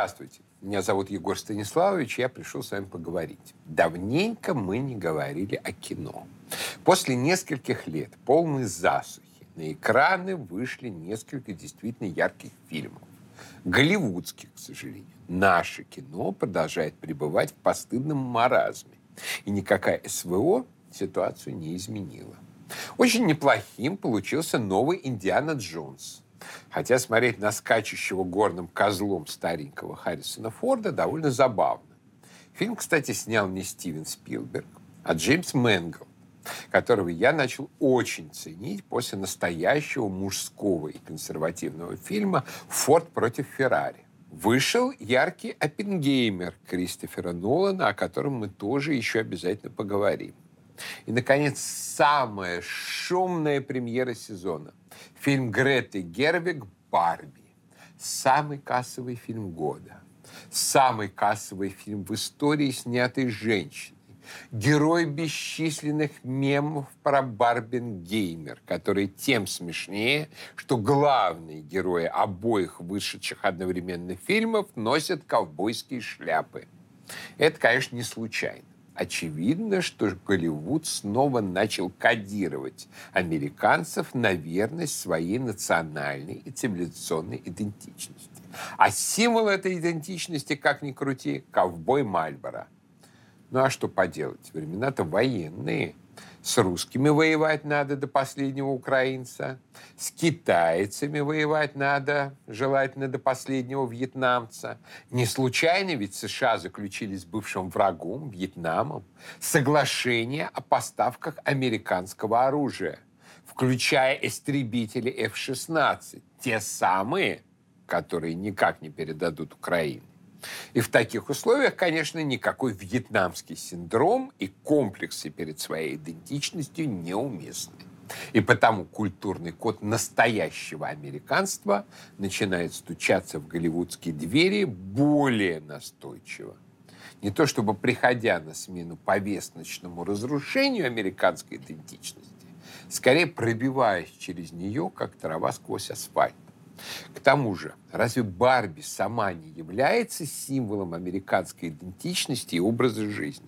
Здравствуйте. Меня зовут Егор Станиславович, и я пришел с вами поговорить. Давненько мы не говорили о кино. После нескольких лет полной засухи на экраны вышли несколько действительно ярких фильмов. Голливудских, к сожалению. Наше кино продолжает пребывать в постыдном маразме. И никакая СВО ситуацию не изменила. Очень неплохим получился новый «Индиана Джонс». Хотя смотреть на скачущего горным козлом старенького Харрисона Форда довольно забавно. Фильм, кстати, снял не Стивен Спилберг, а Джеймс Мэнгл, которого я начал очень ценить после настоящего мужского и консервативного фильма «Форд против Феррари». Вышел яркий «Оппенгеймер» Кристофера Нолана, о котором мы тоже еще обязательно поговорим. И, наконец, самая шумная премьера сезона. Фильм Греты Гервиг «Барби». Самый кассовый фильм года. Самый кассовый фильм в истории, снятый женщиной. Герой бесчисленных мемов про Барбенгеймер, который тем смешнее, что главные герои обоих вышедших одновременно фильмов носят ковбойские шляпы. Это, конечно, не случайно. Очевидно, что Голливуд снова начал кодировать американцев на верность своей национальной и цивилизационной идентичности. А символ этой идентичности, как ни крути, ковбой Мальборо. Ну а что поделать? Времена-то военные. С русскими воевать надо до последнего украинца. С китайцами воевать надо, желательно до последнего вьетнамца. Не случайно ведь США заключили с бывшим врагом, Вьетнамом, соглашение о поставках американского оружия, включая истребители F-16, те самые, которые никак не передадут Украине. И в таких условиях, конечно, никакой вьетнамский синдром и комплексы перед своей идентичностью неуместны. И потому культурный код настоящего американства начинает стучаться в голливудские двери более настойчиво. Не то чтобы приходя на смену повесточному разрушению американской идентичности, скорее пробиваясь через нее, как трава сквозь асфальт. К тому же, разве Барби сама не является символом американской идентичности и образа жизни?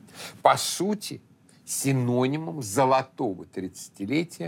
По сути, синонимом золотого 30-летия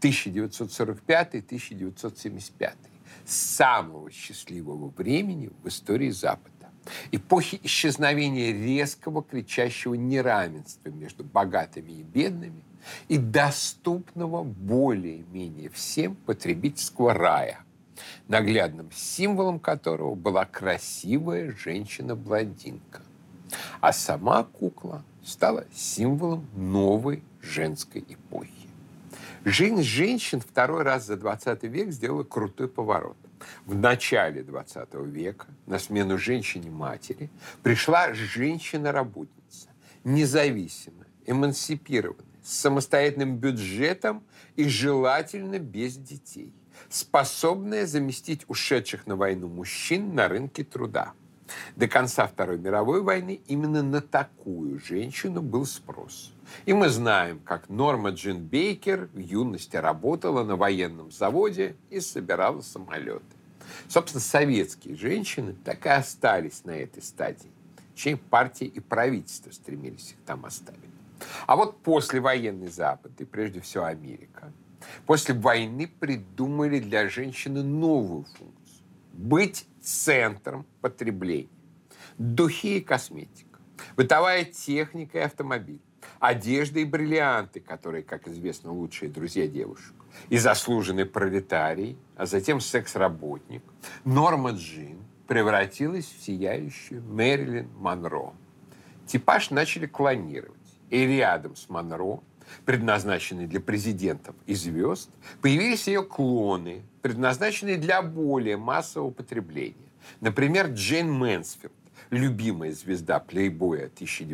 1945-1975, самого счастливого времени в истории Запада. Эпохи исчезновения резкого кричащего неравенства между богатыми и бедными и доступного более-менее всем потребительского рая, наглядным символом которого была красивая женщина-блондинка. А сама кукла стала символом новой женской эпохи. Жизнь женщин второй раз за 20 век сделала крутой поворот. В начале 20 века на смену женщине-матери пришла женщина-работница, независимая, эмансипированная, с самостоятельным бюджетом и желательно без детей, способная заместить ушедших на войну мужчин на рынке труда. До конца Второй мировой войны именно на такую женщину был спрос. И мы знаем, как Норма Джин Бейкер в юности работала на военном заводе и собирала самолеты. Собственно, советские женщины так и остались на этой стадии, чьей партия и правительство стремились их там оставить. А вот послевоенный Запад, и прежде всего Америка, после войны придумали для женщины новую функцию – быть центром потребления. Духи и косметика, бытовая техника и автомобиль, одежда и бриллианты, которые, как известно, лучшие друзья девушек, и заслуженный пролетарий, а затем секс-работник, Норма Джин превратилась в сияющую Мэрилин Монро. Типаж начали клонировать, и рядом с Монро, предназначенные для президентов и звезд, появились ее клоны, предназначенные для более массового потребления. Например, Джейн Мэнсфилд, любимая звезда плейбоя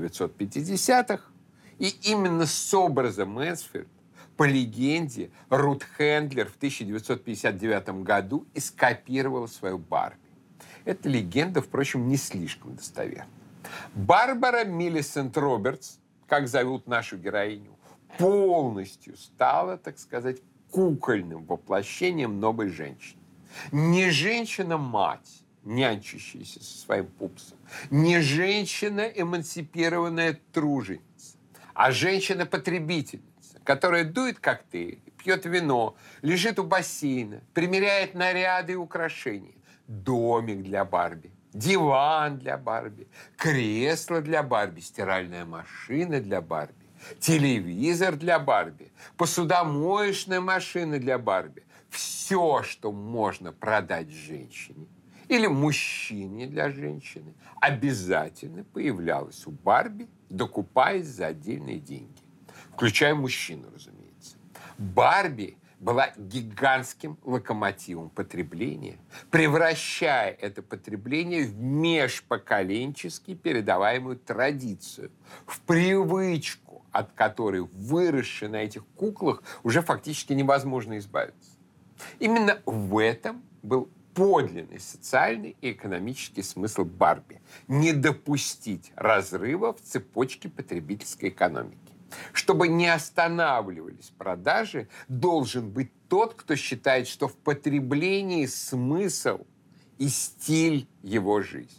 1950-х, и именно с образа Мэнсфилд, по легенде, Рут Хендлер в 1959 году и скопировала свою Барби. Эта легенда, впрочем, не слишком достоверна. Барбара Миллисент Робертс, как зовут нашу героиню, полностью стала, так сказать, кукольным воплощением новой женщины. Не женщина-мать, нянчащаяся со своим пупсом, не женщина, эмансипированная труженица, а женщина-потребительница, которая дует коктейли, пьет вино, лежит у бассейна, примеряет наряды и украшения. Домик для Барби, диван для Барби, кресло для Барби, стиральная машина для Барби, телевизор для Барби, посудомоечная машина для Барби. Все, что можно продать женщине или мужчине для женщины, обязательно появлялось у Барби, докупаясь за отдельные деньги. Включая мужчину, разумеется. Барби была гигантским локомотивом потребления, превращая это потребление в межпоколенчески передаваемую традицию, в привычку, от которой выросшей на этих куклах уже фактически невозможно избавиться. Именно в этом был подлинный социальный и экономический смысл Барби – не допустить разрыва в цепочке потребительской экономики. Чтобы не останавливались продажи, должен быть тот, кто считает, что в потреблении смысл и стиль его жизни.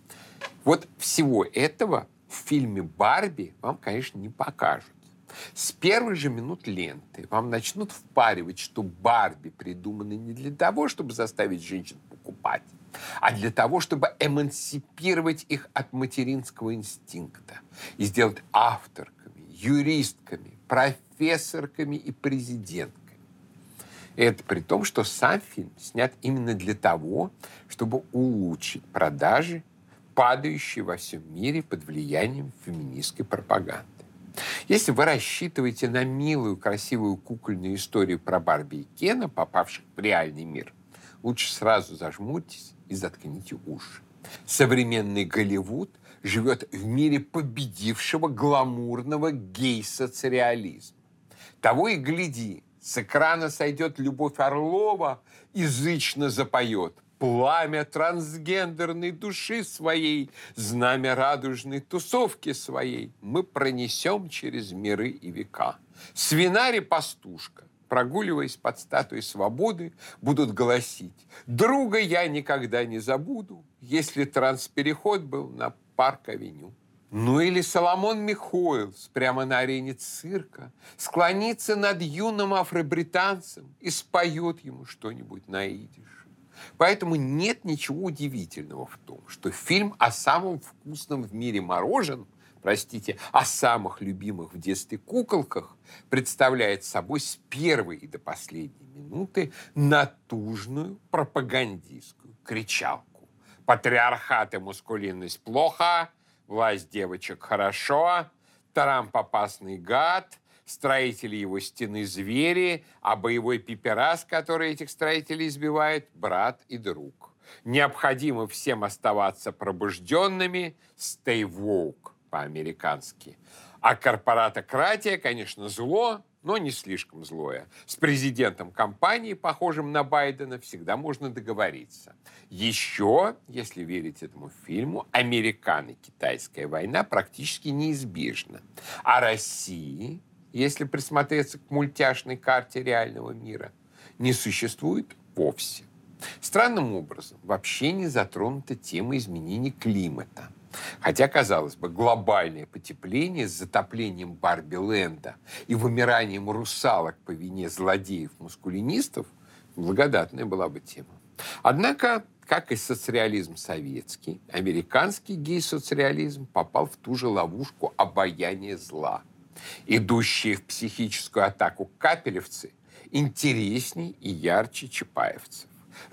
Вот всего этого в фильме «Барби» вам, конечно, не покажут. С первых же минут ленты вам начнут впаривать, что Барби придуманы не для того, чтобы заставить женщин покупать, а для того, чтобы эмансипировать их от материнского инстинкта и сделать авторками, юристками, профессорками и президентками. И это при том, что сам фильм снят именно для того, чтобы улучшить продажи, падающие во всем мире под влиянием феминистской пропаганды. Если вы рассчитываете на милую, красивую кукольную историю про Барби и Кена, попавших в реальный мир, лучше сразу зажмурьтесь и заткните уши. Современный Голливуд живет в мире победившего гламурного гей-соцреализма. Того и гляди, с экрана сойдет Любовь Орлова и зычно запоет: пламя трансгендерной души своей, знамя радужной тусовки своей мы пронесем через миры и века. Свинарь и пастушка, прогуливаясь под статуей свободы, будут гласить: друга я никогда не забуду, если транспереход был на Парк-авеню. Ну или Соломон Михоэлс прямо на арене цирка склонится над юным афробританцем и споет ему что-нибудь на идише. Поэтому нет ничего удивительного в том, что фильм о самом вкусном в мире мороженом, о самых любимых в детстве куколках, представляет собой с первой и до последней минуты натужную пропагандистскую кричалку. Патриархат и маскулинность плохо, власть девочек хорошо, Трамп опасный гад, строители его стены звери, а боевой пиперас, который этих строителей избивает, брат и друг. Необходимо всем оставаться пробужденными, stay woke по-американски. А корпоратократия, конечно, зло, но не слишком злое. С президентом компании, похожим на Байдена, всегда можно договориться. Еще, если верить этому фильму, американо-китайская война практически неизбежна. А России, если присмотреться к мультяшной карте реального мира, не существует вовсе. Странным образом вообще не затронута тема изменений климата. Хотя, казалось бы, глобальное потепление с затоплением Барби-ленда и вымиранием русалок по вине злодеев-маскулинистов благодатная была бы тема. Однако, как и соцреализм советский, американский гей-соцреализм попал в ту же ловушку обаяния зла. Идущие в психическую атаку капелевцы интересней и ярче чапаевцев.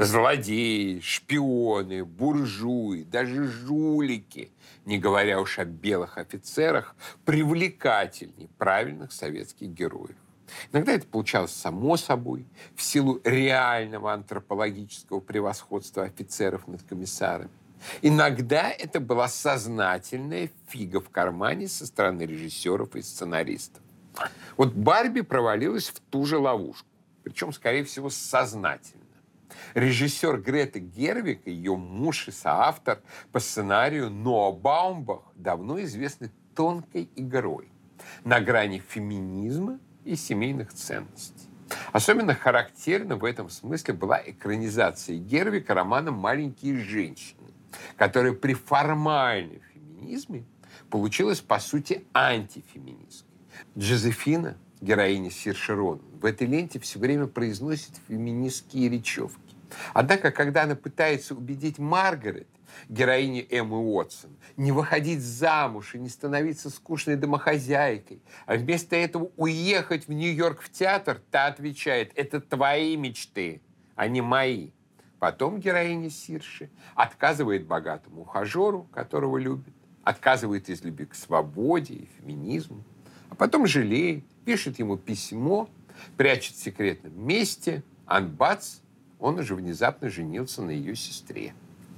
Злодеи, шпионы, буржуи, даже жулики, не говоря уж о белых офицерах, привлекательней правильных советских героев. Иногда это получалось само собой, в силу реального антропологического превосходства офицеров над комиссарами. Иногда это была сознательная фига в кармане со стороны режиссеров и сценаристов. Вот Барби провалилась в ту же ловушку, причем, скорее всего, сознательно. Режиссер Грета Гервиг и ее муж и соавтор по сценарию Ноа Баумбах давно известны тонкой игрой на грани феминизма и семейных ценностей. Особенно характерна в этом смысле была экранизация Гервига романа «Маленькие женщины», которая при формальном феминизме получилась, по сути, антифеминистской. Джозефина, героиня Сирши Ронан, в этой ленте все время произносит феминистские речевки. Однако, когда она пытается убедить Маргарет, героиню Эммы Уотсон, не выходить замуж и не становиться скучной домохозяйкой, а вместо этого уехать в Нью-Йорк в театр, та отвечает: «Это твои мечты, а не мои». Потом героиня Сирши отказывает богатому ухажеру, которого любит, отказывает из любви к свободе и феминизму, а потом жалеет, пишет ему письмо, прячет в секретном месте, бац, он уже внезапно женился на ее сестре.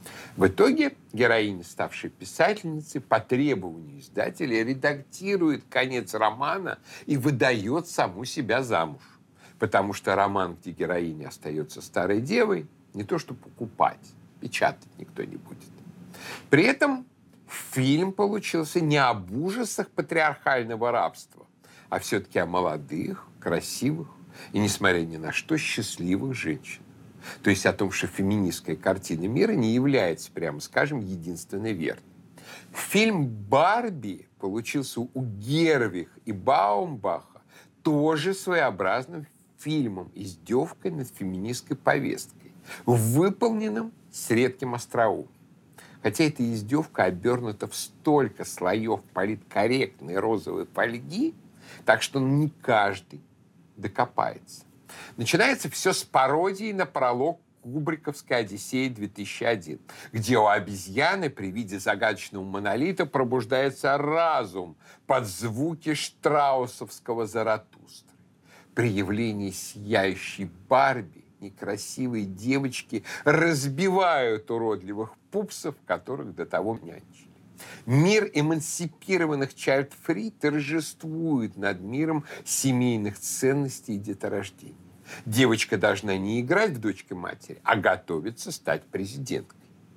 В итоге героиня, ставшая писательницей, по требованию издателя редактирует конец романа и выдает саму себя замуж. Потому что роман, где героиня остается старой девой, не то что покупать, печатать никто не будет. При этом фильм получился не об ужасах патриархального рабства, а все-таки о молодых, красивых и, несмотря ни на что, счастливых женщинах. То есть о том, что феминистская картина мира не является, прямо скажем, единственной верной. Фильм «Барби» получился у Гервиг и Баумбаха тоже своеобразным фильмом, издевкой над феминистской повесткой, выполненным с редким остроумием. Хотя эта издевка обернута в столько слоев политкорректной розовой фольги, так что не каждый докопается. Начинается все с пародии на пролог кубриковской «Одиссеи 2001», где у обезьяны при виде загадочного монолита пробуждается разум под звуки штраусовского Заратустры. При явлении сияющей Барби некрасивые девочки разбивают уродливых пупсов, которых до того нянчили. Мир эмансипированных чайлд-фри торжествует над миром семейных ценностей и деторождения. Девочка должна не играть в дочке-матери, а готовиться стать президенткой.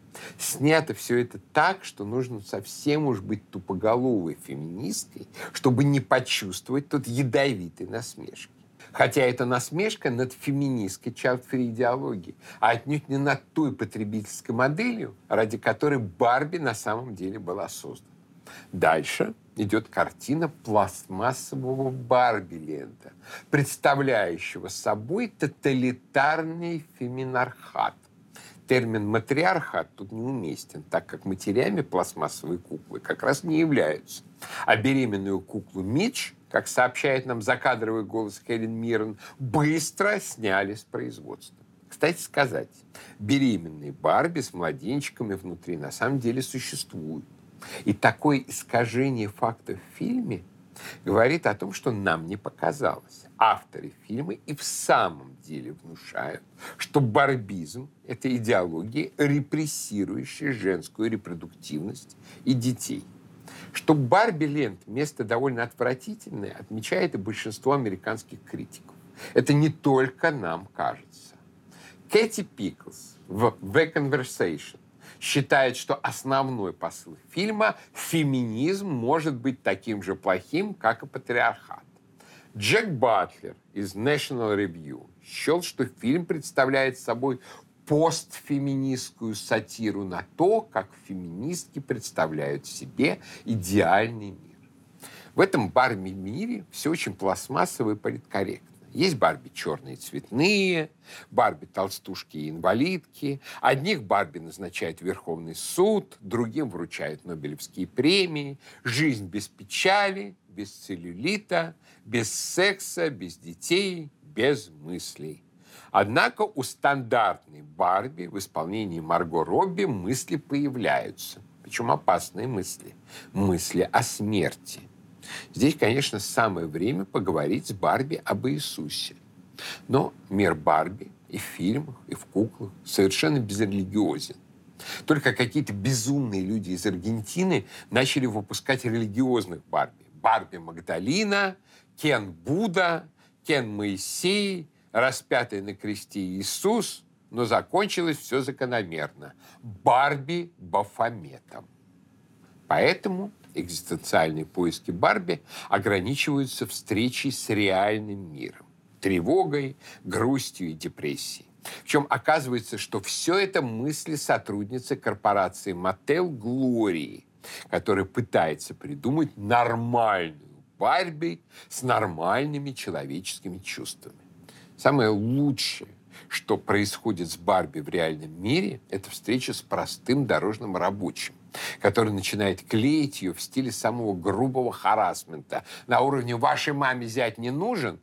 Снято все это так, что нужно совсем уж быть тупоголовой феминисткой, чтобы не почувствовать тот ядовитой насмешки. Хотя это насмешка над феминистской чайлд-фри идеологией, а отнюдь не над той потребительской моделью, ради которой Барби на самом деле была создана. Дальше идет картина пластмассового Барби-ленда, представляющего собой тоталитарный феминархат. Термин «матриархат» тут неуместен, так как матерями пластмассовые куклы как раз не являются. А беременную куклу Митч, как сообщает нам закадровый голос Хелен Миррен, быстро сняли с производства. Кстати сказать, беременные Барби с младенчиками внутри на самом деле существуют. И такое искажение фактов в фильме говорит о том, что нам не показалось. Авторы фильма и в самом деле внушают, что барбизм – это идеология, репрессирующая женскую репродуктивность и детей. Что Барби-ленд – место довольно отвратительное, отмечает и большинство американских критиков. Это не только нам кажется. Кэти Пиклз в «The Conversation» считает, что основной посыл фильма – феминизм может быть таким же плохим, как и патриархат. Джек Батлер из National Review счел, что фильм представляет собой постфеминистскую сатиру на то, как феминистки представляют себе идеальный мир. В этом Барби-мире все очень пластмассово и политкорректно. Есть Барби черные цветные, Барби толстушки и инвалидки. Одних Барби назначает Верховный суд, другим вручают Нобелевские премии. Жизнь без печали, без целлюлита, без секса, без детей, без мыслей. Однако у стандартной Барби в исполнении Марго Робби мысли появляются. Причем опасные мысли. Мысли о смерти. Здесь, конечно, самое время поговорить с Барби об Иисусе. Но мир Барби и в фильмах, и в куклах совершенно безрелигиозен. Только какие-то безумные люди из Аргентины начали выпускать религиозных Барби. Барби Магдалина, Кен Будда, Кен Моисей, распятый на кресте Иисус, но закончилось все закономерно. Барби Бафометом. Поэтому экзистенциальные поиски Барби ограничиваются встречей с реальным миром. тревогой, грустью и депрессией. Причем оказывается, что все это мысли сотрудницы корпорации Mattel Глории, которая пытается придумать нормальную Барби с нормальными человеческими чувствами. Самое лучшее, что происходит с Барби в реальном мире, это встреча с простым дорожным рабочим, который начинает клеить ее в стиле самого грубого харассмента на уровне «вашей маме зять не нужен»,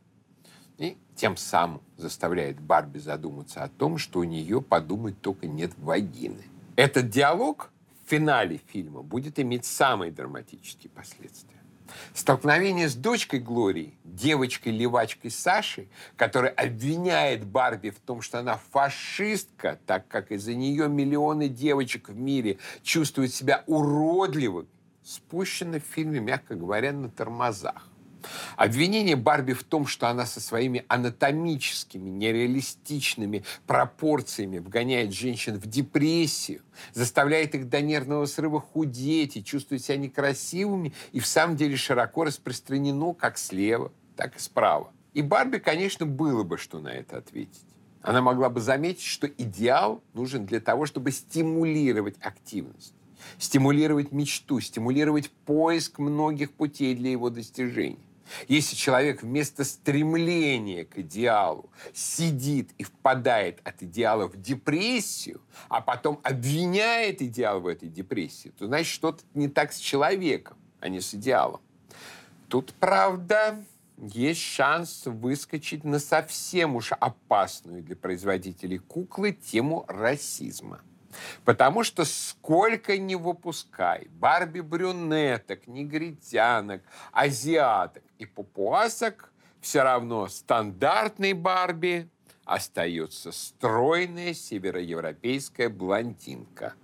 и тем самым заставляет Барби задуматься о том, что у нее, подумать, только нет вагины. Этот диалог в финале фильма будет иметь самые драматические последствия. Столкновение с дочкой Глории, девочкой-левачкой Сашей, которая обвиняет Барби в том, что она фашистка, так как из-за нее миллионы девочек в мире чувствуют себя уродливыми, спущено в фильме, мягко говоря, на тормозах. Обвинение Барби в том, что она со своими анатомическими, нереалистичными пропорциями вгоняет женщин в депрессию, заставляет их до нервного срыва худеть и чувствовать себя некрасивыми, и в самом деле широко распространено как слева, так и справа. И Барби, конечно, было бы что на это ответить. Она могла бы заметить, что идеал нужен для того, чтобы стимулировать активность, стимулировать мечту, стимулировать поиск многих путей для его достижения. Если человек вместо стремления к идеалу сидит и впадает от идеала в депрессию, а потом обвиняет идеал в этой депрессии, то значит что-то не так с человеком, а не с идеалом. Тут, правда, есть шанс выскочить на совсем уж опасную для производителей куклы тему расизма. Потому что сколько ни выпускай Барби-брюнеток, негритянок, азиаток и папуасок, все равно стандартной Барби остается стройная североевропейская блондинка,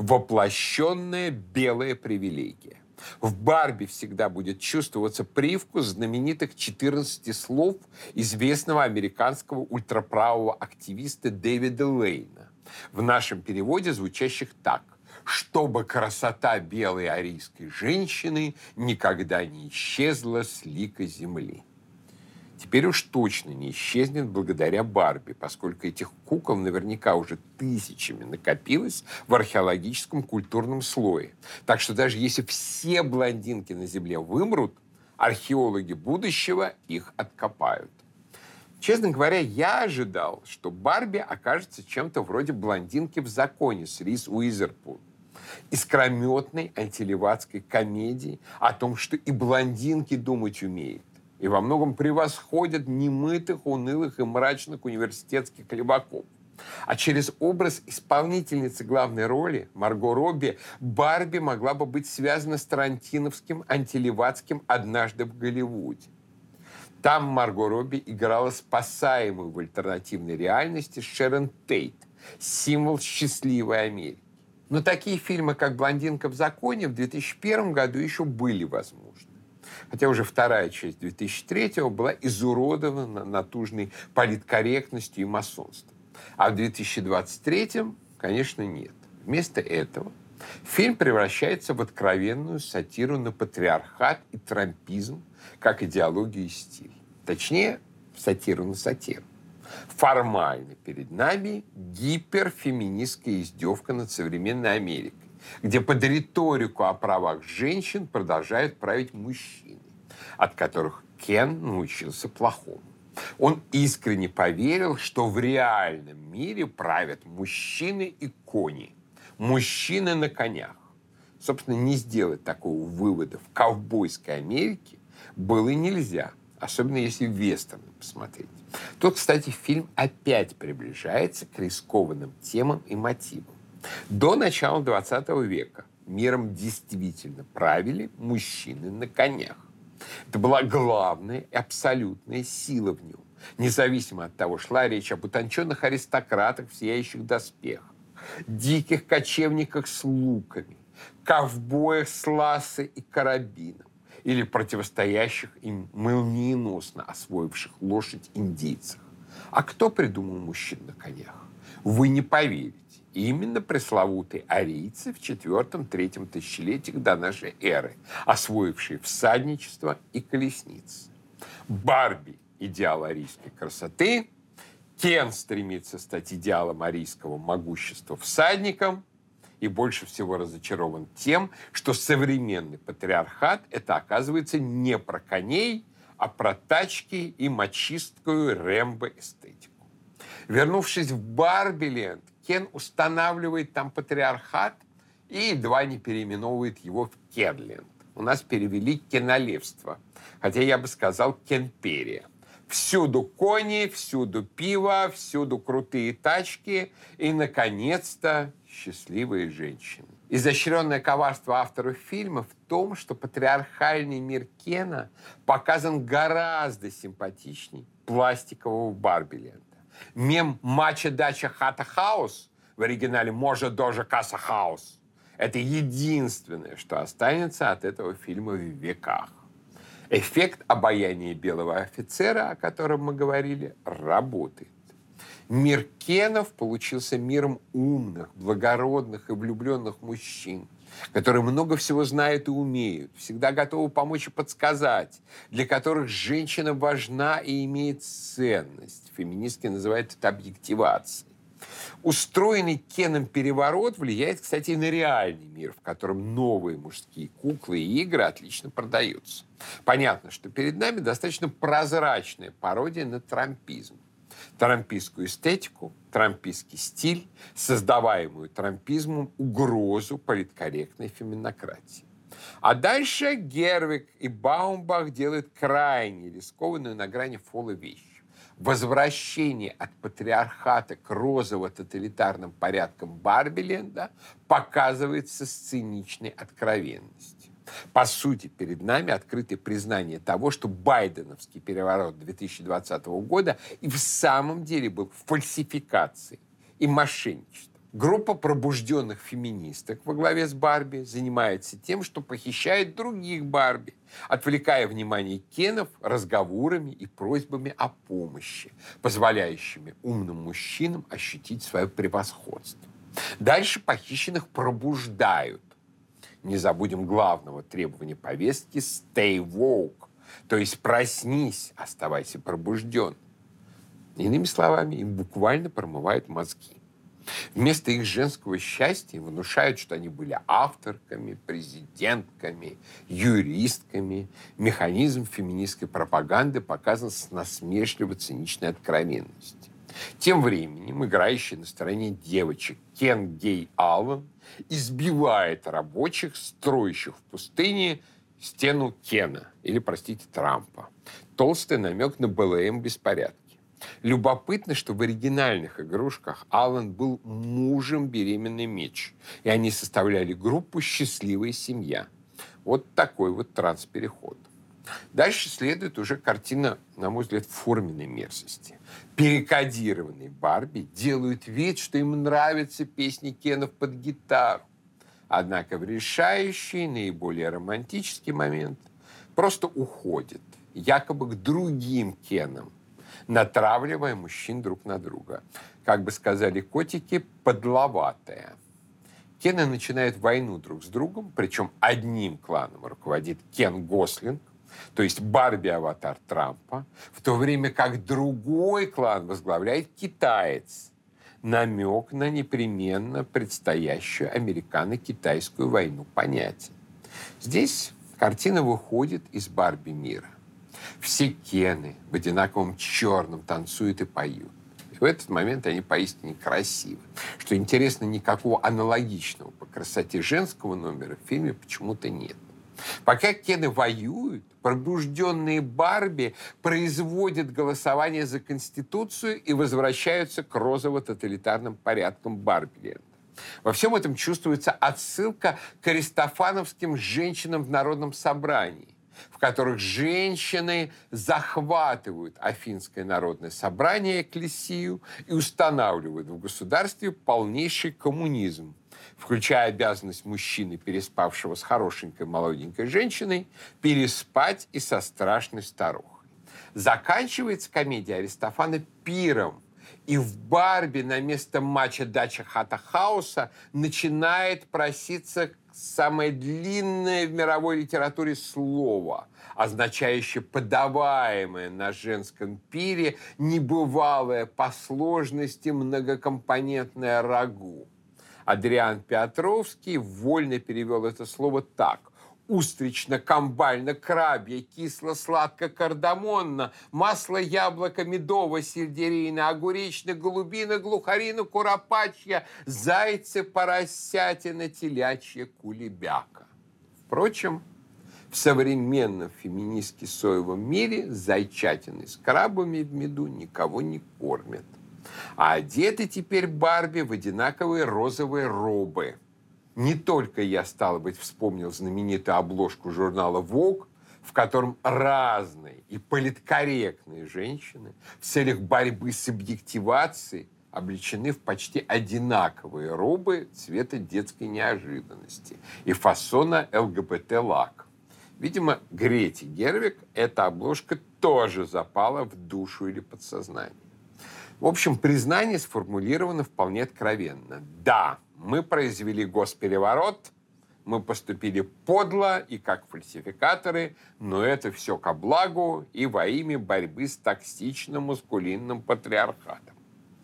воплощенная белая привилегия. В Барби всегда будет чувствоваться привкус знаменитых 14 слов известного американского ультраправого активиста Дэвида Лейна, в нашем переводе звучащих так: «Чтобы красота белой арийской женщины никогда не исчезла с лика земли». Теперь уж точно не исчезнет благодаря Барби, поскольку этих кукол наверняка уже тысячами накопилось в археологическом культурном слое. Так что даже если все блондинки на Земле вымрут, археологи будущего их откопают. Честно говоря, я ожидал, что Барби окажется чем-то вроде блондинки в законе с Риз Уизерпун. Искрометной антилевацкой комедии о том, что и блондинки думать умеют, и во многом превосходят немытых, унылых и мрачных университетских леваков. А через образ исполнительницы главной роли, Марго Робби, Барби могла бы быть связана с тарантиновским антилевацким «Однажды в Голливуде». Там Марго Робби играла спасаемую в альтернативной реальности Шерон Тейт, символ счастливой Америки. Но такие фильмы, как «Блондинка в законе» в 2001 году еще были возможны. Хотя уже вторая часть 2003-го была изуродована натужной политкорректностью и масонством. А в 2023-м, конечно, нет. Вместо этого фильм превращается в откровенную сатиру на патриархат и трампизм как идеологию и стиль. Точнее, сатиру на сатиру. Формально перед нами гиперфеминистская издевка над современной Америкой, где под риторику о правах женщин продолжают править мужчины, от которых Кен научился плохому. Он искренне поверил, что в реальном мире правят мужчины и кони, мужчины на конях. Собственно, не сделать такого вывода в ковбойской Америке было нельзя, особенно если вестерны посмотреть. Тут, кстати, фильм опять приближается к рискованным темам и мотивам. До начала 20 века миром действительно правили мужчины на конях. Это была главная и абсолютная сила в нем. Независимо от того, шла речь об утонченных аристократах в сияющих доспехах, диких кочевниках с луками, ковбоях с лассо и карабином или противостоящих им молниеносно освоивших лошадь индейцах. А кто придумал мужчин на конях? Вы не поверите. Именно пресловутые арийцы в 4-3 тысячелетиях до нашей эры, освоившие всадничество и колесницы. Барби идеал арийской красоты, Кен стремится стать идеалом арийского могущества всадником и больше всего разочарован тем, что современный патриархат – это, оказывается, не про коней, а про тачки и мачистскую Рэмбо-эстетику. Вернувшись в Барби-ленд, Кен устанавливает там патриархат и едва не переименовывает его в Кенленд. У нас перевели Кенолевство, хотя я бы сказал Кенперия. Всюду кони, всюду пиво, всюду крутые тачки и, наконец-то, счастливые женщины. Изощренное коварство авторов фильма в том, что патриархальный мир Кена показан гораздо симпатичней пластикового Барби-ленда. Мем «Мача, дача, хата, хаус» в оригинале «Можа, дожа, касса, хаус» – это единственное, что останется от этого фильма в веках. Эффект обаяния белого офицера, о котором мы говорили, работает. Мир Кенов получился миром умных, благородных и влюбленных мужчин, которые много всего знают и умеют, всегда готовы помочь и подсказать, для которых женщина важна и имеет ценность. Феминистки называют это объективацией. Устроенный Кеном переворот влияет, кстати, и на реальный мир, в котором новые мужские куклы и игры отлично продаются. Понятно, что перед нами достаточно прозрачная пародия на трампизм. Трампистскую эстетику, трампистский стиль, создаваемую трампизмом угрозу политкорректной феминократии. А дальше Гервиг и Баумбах делают крайне рискованную на грани фола вещь. Возвращение от патриархата к розово-тоталитарным порядкам Барби-ленда показывается с циничной откровенностью. По сути, перед нами открытое признание того, что байденовский переворот 2020 года и в самом деле был фальсификацией и мошенничеством. Группа пробужденных феминисток во главе с Барби занимается тем, что похищает других Барби, отвлекая внимание Кенов разговорами и просьбами о помощи, позволяющими умным мужчинам ощутить свое превосходство. Дальше похищенных пробуждают. Не забудем главного требования повестки «stay woke», то есть «проснись, оставайся пробужден». Иными словами, им буквально промывают мозги. Вместо их женского счастья внушают, что они были авторками, президентками, юристками. Механизм феминистской пропаганды показан с насмешливо-циничной откровенностью. Тем временем играющий на стороне девочек Кен Гей Аллен избивает рабочих, строящих в пустыне стену Кена, или, простите, Трампа. Толстый намек на БЛМ-беспорядки. Любопытно, что в оригинальных игрушках Аллен был мужем беременной Митч, и они составляли группу «Счастливая семья». Вот такой вот транспереход. Дальше следует уже картина, на мой взгляд, форменной мерзости. Перекодированные Барби делают вид, что им нравятся песни Кенов под гитару. Однако в решающий, наиболее романтический момент просто уходят, якобы к другим Кенам, натравливая мужчин друг на друга. Как бы сказали котики, подловатая. Кены начинают войну друг с другом, причем одним кланом руководит Кен Гослинг, то есть Барби-аватар Трампа, в то время как другой клан возглавляет китаец. Намек на непременно предстоящую американо-китайскую войну понятия. Здесь картина выходит из Барби-мира. Все Кены в одинаковом черном танцуют и поют. И в этот момент они поистине красивы. Что интересно, никакого аналогичного по красоте женского номера в фильме почему-то нет. Пока Кены воюют, пробужденные Барби производят голосование за Конституцию и возвращаются к розово-тоталитарным порядкам Барби-ленда. Во всем этом чувствуется отсылка к аристофановским женщинам в Народном собрании, в которых женщины захватывают Афинское народное собрание, экклесию, и устанавливают в государстве полнейший коммунизм, включая обязанность мужчины, переспавшего с хорошенькой молоденькой женщиной, переспать и со страшной старухой. Заканчивается комедия Аристофана пиром, и в Барби на место матча «Дача, хата, хауса» начинает проситься самое длинное в мировой литературе слово, означающее подаваемое на женском пире небывалое по сложности многокомпонентное рагу. Адриан Петровский вольно перевел это слово так: устрично-камбально-крабье, кисло-сладко-кардамонно, масло яблоко, медово, сельдерейно, огуречно, голубина, глухарина, куропачья, зайцы, поросятина, телячья, кулебяка. Впрочем, в современном феминистски-соевом мире зайчатиной с крабами в меду никого не кормят. А одеты теперь Барби в одинаковые розовые робы. Не только я, стало быть, вспомнил знаменитую обложку журнала Vogue, в котором разные и политкорректные женщины в целях борьбы с объективацией облечены в почти одинаковые робы цвета детской неожиданности и фасона ЛГБТ-лак. Видимо, Грете Гервиг эта обложка тоже запала в душу или подсознание. В общем, признание сформулировано вполне откровенно. Да, мы произвели госпереворот, мы поступили подло и как фальсификаторы, но это все ко благу и во имя борьбы с токсичным маскулинным патриархатом.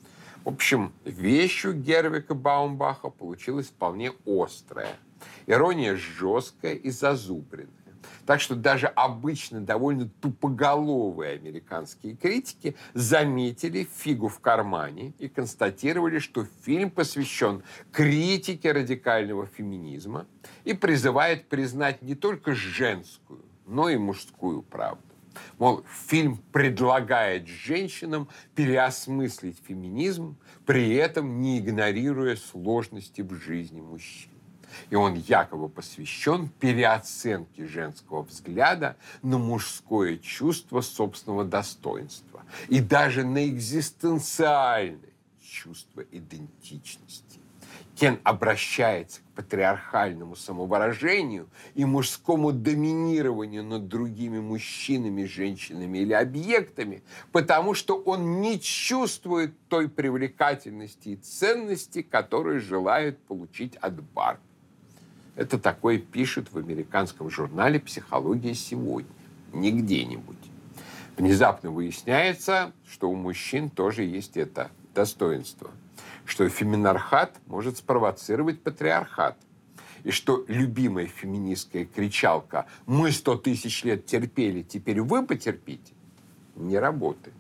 В общем, вещь у Гервига Баумбаха получилась вполне острая. Ирония жесткая и зазубренная. Так что даже обычно довольно тупоголовые американские критики заметили фигу в кармане и констатировали, что фильм посвящен критике радикального феминизма и призывает признать не только женскую, но и мужскую правду. Мол, фильм предлагает женщинам переосмыслить феминизм, при этом не игнорируя сложности в жизни мужчин. И он якобы посвящен переоценке женского взгляда на мужское чувство собственного достоинства и даже на экзистенциальное чувство идентичности. Кен обращается к патриархальному самовыражению и мужскому доминированию над другими мужчинами, женщинами или объектами, потому что он не чувствует той привлекательности и ценности, которую желает получить от Барби. Это такое пишут в американском журнале «Психология сегодня». Не где-нибудь. Внезапно выясняется, что у мужчин тоже есть это достоинство. Что феминархат может спровоцировать патриархат. И что любимая феминистская кричалка «Мы 100 тысяч лет терпели, теперь вы потерпите» не работает.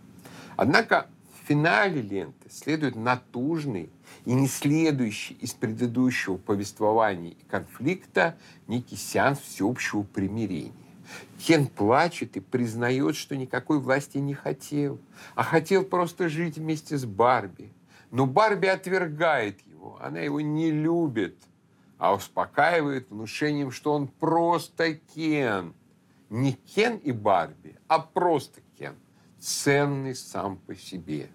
Однако в финале ленты следует натужный и не следующий из предыдущего повествования и конфликта некий сеанс всеобщего примирения. Кен плачет и признает, что никакой власти не хотел, а хотел просто жить вместе с Барби. Но Барби отвергает его, она его не любит, а успокаивает внушением, что он просто Кен. Не Кен и Барби, а просто Кен, ценный сам по себе.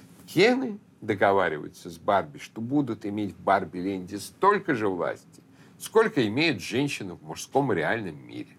Кены договариваются с Барби, что будут иметь в Барби-ленде столько же власти, сколько имеют женщины в мужском реальном мире.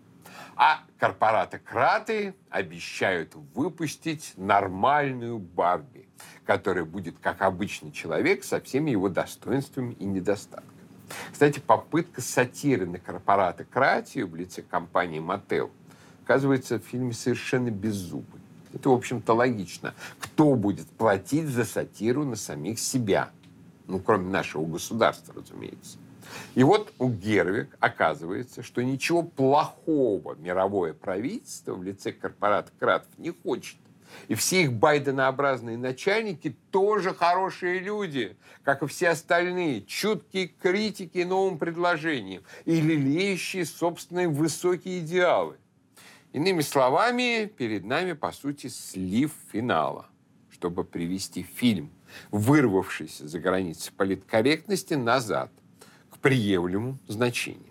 А корпораты-краты обещают выпустить нормальную Барби, которая будет как обычный человек со всеми его достоинствами и недостатками. Кстати, попытка сатиры на корпораты-кратию в лице компании Mattel оказывается в фильме совершенно беззубой. Это, в общем-то, логично. Кто будет платить за сатиру на самих себя? Ну, кроме нашего государства, разумеется. И вот у Гервиг оказывается, что ничего плохого мировое правительство в лице корпората Кратов не хочет. И все их байденообразные начальники тоже хорошие люди, как и все остальные, чуткие к критике и новым предложениям и лелеющие собственные высокие идеалы. Иными словами, перед нами, по сути, слив финала, чтобы привести фильм, вырвавшийся за границы политкорректности, назад к приемлемым значениям.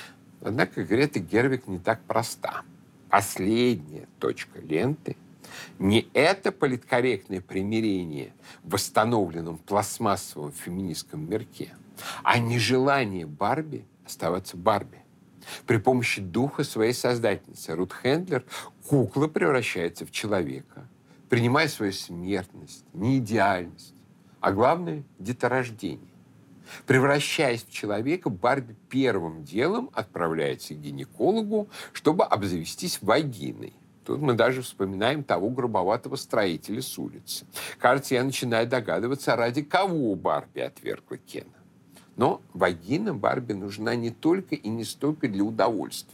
Однако Грета Гервиг не так проста. Последняя точка ленты не это политкорректное примирение в восстановленном пластмассовом феминистском мирке, а нежелание Барби оставаться Барби. При помощи духа своей создательницы Рут Хендлер кукла превращается в человека, принимая свою смертность, неидеальность, а главное – деторождение. Превращаясь в человека, Барби первым делом отправляется к гинекологу, чтобы обзавестись вагиной. Тут мы даже вспоминаем того грубоватого строителя с улицы. Кажется, я начинаю догадываться, ради кого Барби отвергла Кена. Но вагина Барби нужна не только и не столько для удовольствия.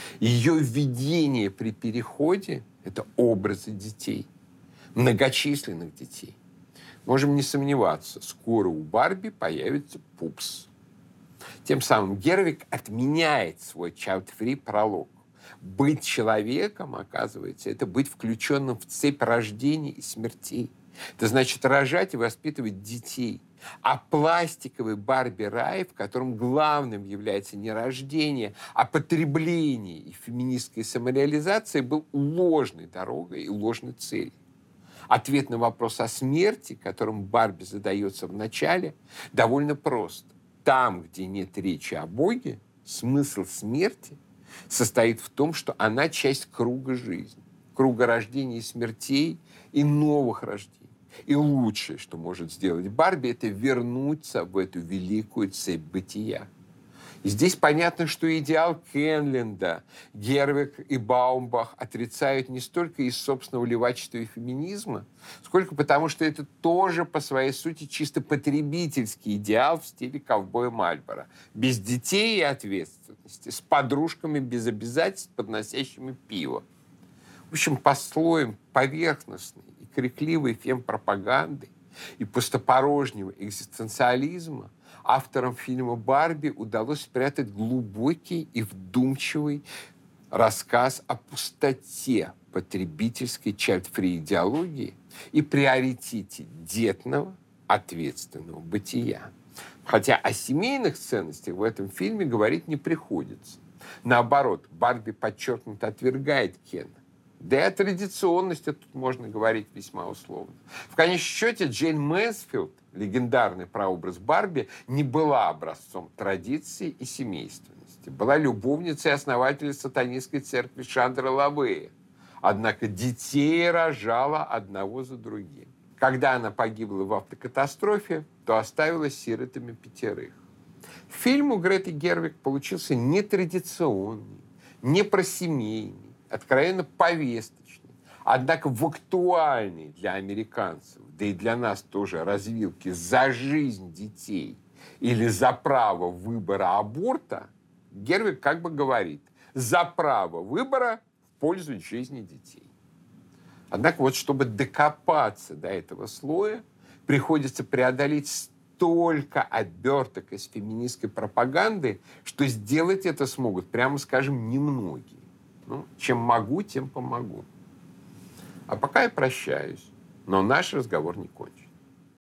Ее введение при переходе – это образы детей, многочисленных детей. Можем не сомневаться, скоро у Барби появится пупс. Тем самым Гервиг отменяет свой child-free пролог. Быть человеком, оказывается, это быть включенным в цепь рождений и смертей. Это значит рожать и воспитывать детей. А пластиковый Барби-рай, в котором главным является не рождение, а потребление и феминистская самореализация, был ложной дорогой и ложной целью. Ответ на вопрос о смерти, которым Барби задается в начале, довольно прост. Там, где нет речи о Боге, смысл смерти состоит в том, что она часть круга жизни, круга рождений и смертей и новых рождений. И лучшее, что может сделать Барби, это вернуться в эту великую цепь бытия. И здесь понятно, что идеал Кенленда, Гервиг и Баумбах отрицают не столько из собственного левачества и феминизма, сколько потому, что это тоже по своей сути чисто потребительский идеал в стиле ковбоя Мальборо. Без детей и ответственности, с подружками без обязательств, подносящими пиво. В общем, по слоям поверхностной и крикливой фемпропаганды и пустопорожнего экзистенциализма авторам фильма «Барби» удалось спрятать глубокий и вдумчивый рассказ о пустоте потребительской child-free идеологии и приоритете детного, ответственного бытия. Хотя о семейных ценностях в этом фильме говорить не приходится. Наоборот, Барби подчеркнуто отвергает Кена. Да и о традиционности тут можно говорить весьма условно. В конечном счете, Джейн Мэнсфилд, легендарный прообраз Барби, не была образцом традиции и семейственности. Была любовницей основателя сатанистской церкви Шандра Лавея. Однако детей рожала одного за другим. Когда она погибла в автокатастрофе, то оставила сиротами 5. Фильм у Греты Гервиг получился нетрадиционный, не просемейный, откровенно повесточный. Однако в актуальной для американцев, да и для нас тоже развилке «За жизнь детей» или «За право выбора аборта» Гервиг как бы говорит «За право выбора в пользу жизни детей». Однако вот чтобы докопаться до этого слоя, приходится преодолеть столько оберток из феминистской пропаганды, что сделать это смогут, прямо скажем, немногие. Ну, чем могу, тем помогу. А пока я прощаюсь. Но наш разговор не кончен.